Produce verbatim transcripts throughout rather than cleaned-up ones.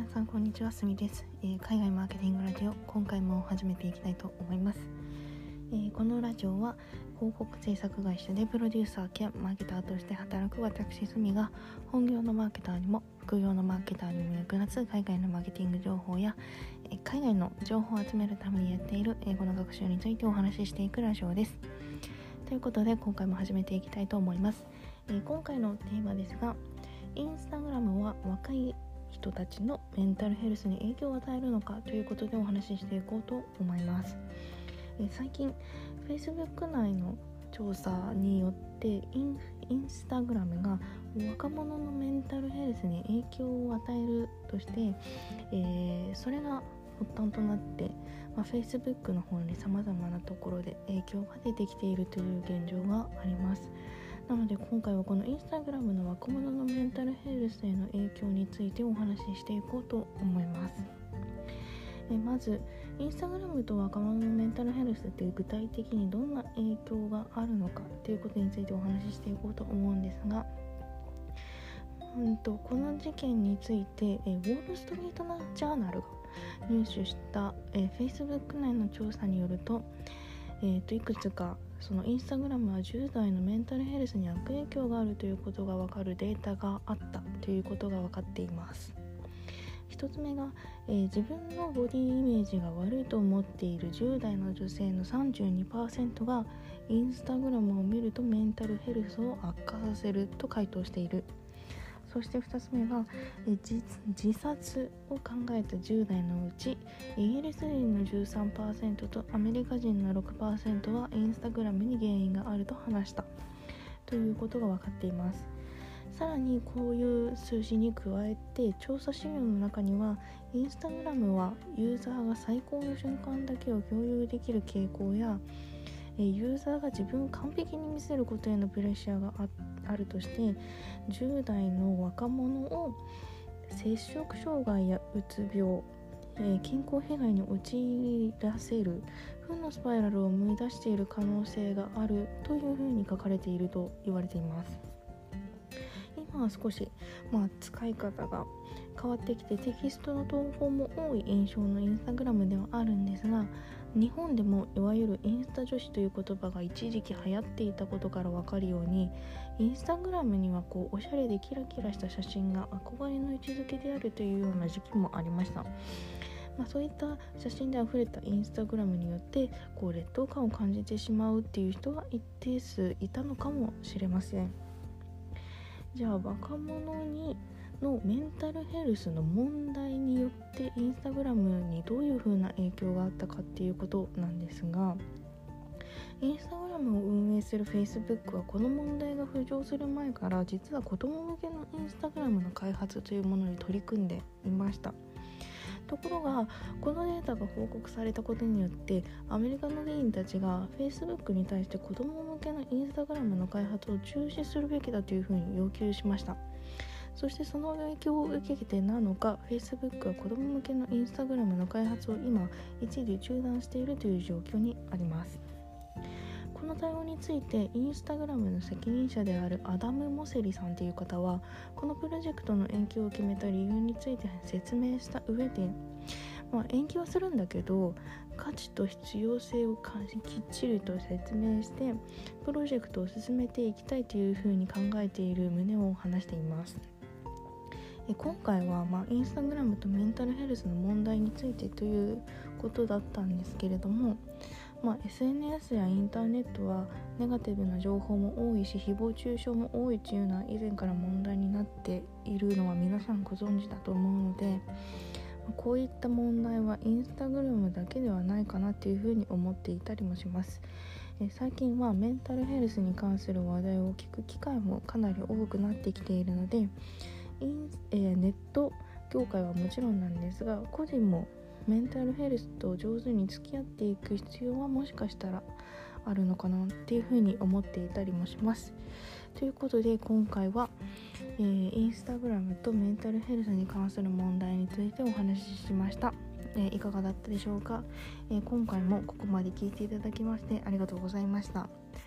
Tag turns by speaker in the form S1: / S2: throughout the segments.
S1: 皆さんこんにちは、すみです、えー、海外マーケティングラジオ、今回も始めていきたいと思います。えー、このラジオは広告制作会社でプロデューサー兼マーケターとして働く私すみが、本業のマーケターにも副業のマーケターにも役立つ海外のマーケティング情報や、えー、海外の情報を集めるためにやっている英語の学習についてお話ししていくラジオです。ということで今回も始めていきたいと思います。えー、今回のテーマですが、インスタグラムは若い人たちのメンタルヘルスに影響を与えるのかということでお話ししていこうと思います。え最近 Facebook 内の調査によってイン、インスタグラムが若者のメンタルヘルスに影響を与えるとして、えー、それが発端となって、まあ、Facebook の方に様々なところで影響が出てきているという現状があります。なので今回はこのインスタグラムの若者のメンタルヘルスへの影響についてお話ししていこうと思います。えまずインスタグラムと若者のメンタルヘルスって具体的にどんな影響があるのかということについてお話ししていこうと思うんですが、うんとこの事件についてえウォールストリートジャーナルが入手したえ Facebook 内の調査によると、えー、といくつかそのインスタグラムはじゅう代のメンタルヘルスに悪影響があるということが分かるデータがあったということが分かっています。一つ目が、えー、自分のボディイメージが悪いと思っているじゅう代の女性の さんじゅうにパーセント がインスタグラムを見るとメンタルヘルスを悪化させると回答している。そしてふたつめが、え自, 自殺を考えたじゅう代のうちイギリス人の じゅうさんパーセント とアメリカ人の ろくパーセント はインスタグラムに原因があると話したということが分かっています。さらにこういう数字に加えて調査資料の中にはインスタグラムはユーザーが最高の瞬間だけを共有できる傾向やユーザーが自分を完璧に見せることへのプレッシャーが あ, あるとしてじゅう代の若者を摂食障害やうつ病、えー、健康被害に陥らせる負のスパイラルを生み出している可能性があるというふうに書かれていると言われています。今は少し、まあ、使い方が変わってきてテキストの投稿も多い印象のインスタグラムではあるんですが、日本でもいわゆるインスタ女子という言葉が一時期流行っていたことから分かるように、インスタグラムにはこうおしゃれでキラキラした写真が憧れの位置づけであるというような時期もありました。まあ、そういった写真であふれたインスタグラムによってこう劣等感を感じてしまうっていう人は一定数いたのかもしれません。じゃあ若者にのメンタルヘルスの問題によってインスタグラムにどういう風な影響があったかっていうことなんですが、インスタグラムを運営する Facebook はこの問題が浮上する前から実は子ども向けのインスタグラムの開発というものに取り組んでいました。ところがこのデータが報告されたことによってアメリカの議員たちが Facebook に対して子ども向けのインスタグラムの開発を中止するべきだというふうに要求しました。そしてその影響を受けてなのか Facebook は子ども向けのインスタグラムの開発を今一時中断しているという状況にあります。この対応についてインスタグラムの責任者であるアダム・モセリさんという方はこのプロジェクトの延期を決めた理由について説明した上で、まあ、延期はするんだけど価値と必要性をきっちりと説明してプロジェクトを進めていきたいというふうに考えている旨を話しています。今回は、まあ、インスタグラムとメンタルヘルスの問題についてということだったんですけれども、まあ、エスエヌエス やインターネットはネガティブな情報も多いし誹謗中傷も多いというのは以前から問題になっているのは皆さんご存知だと思うので、こういった問題はインスタグラムだけではないかなというふうに思っていたりもします。え最近はメンタルヘルスに関する話題を聞く機会もかなり多くなってきているのでイン、えー、ネット業界はもちろんなんですが個人もメンタルヘルスと上手に付き合っていく必要はもしかしたらあるのかなっていうふうに思っていたりもします。ということで今回は、えー、インスタグラムとメンタルヘルスに関する問題についてお話ししました。えー、いかがだったでしょうか。えー、今回もここまで聞いていただきましてありがとうございました。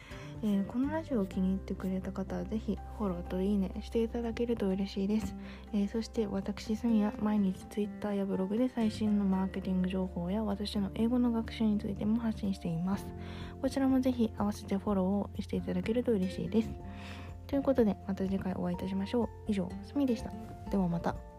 S1: えー、このラジオを気に入ってくれた方はぜひフォローといいねしていただけると嬉しいです。えー、そして私スミは毎日 Twitter やブログで最新のマーケティング情報や私の英語の学習についても発信しています。こちらもぜひ合わせてフォローをしていただけると嬉しいです。ということでまた次回お会いいたしましょう。以上、スミでした。ではまた。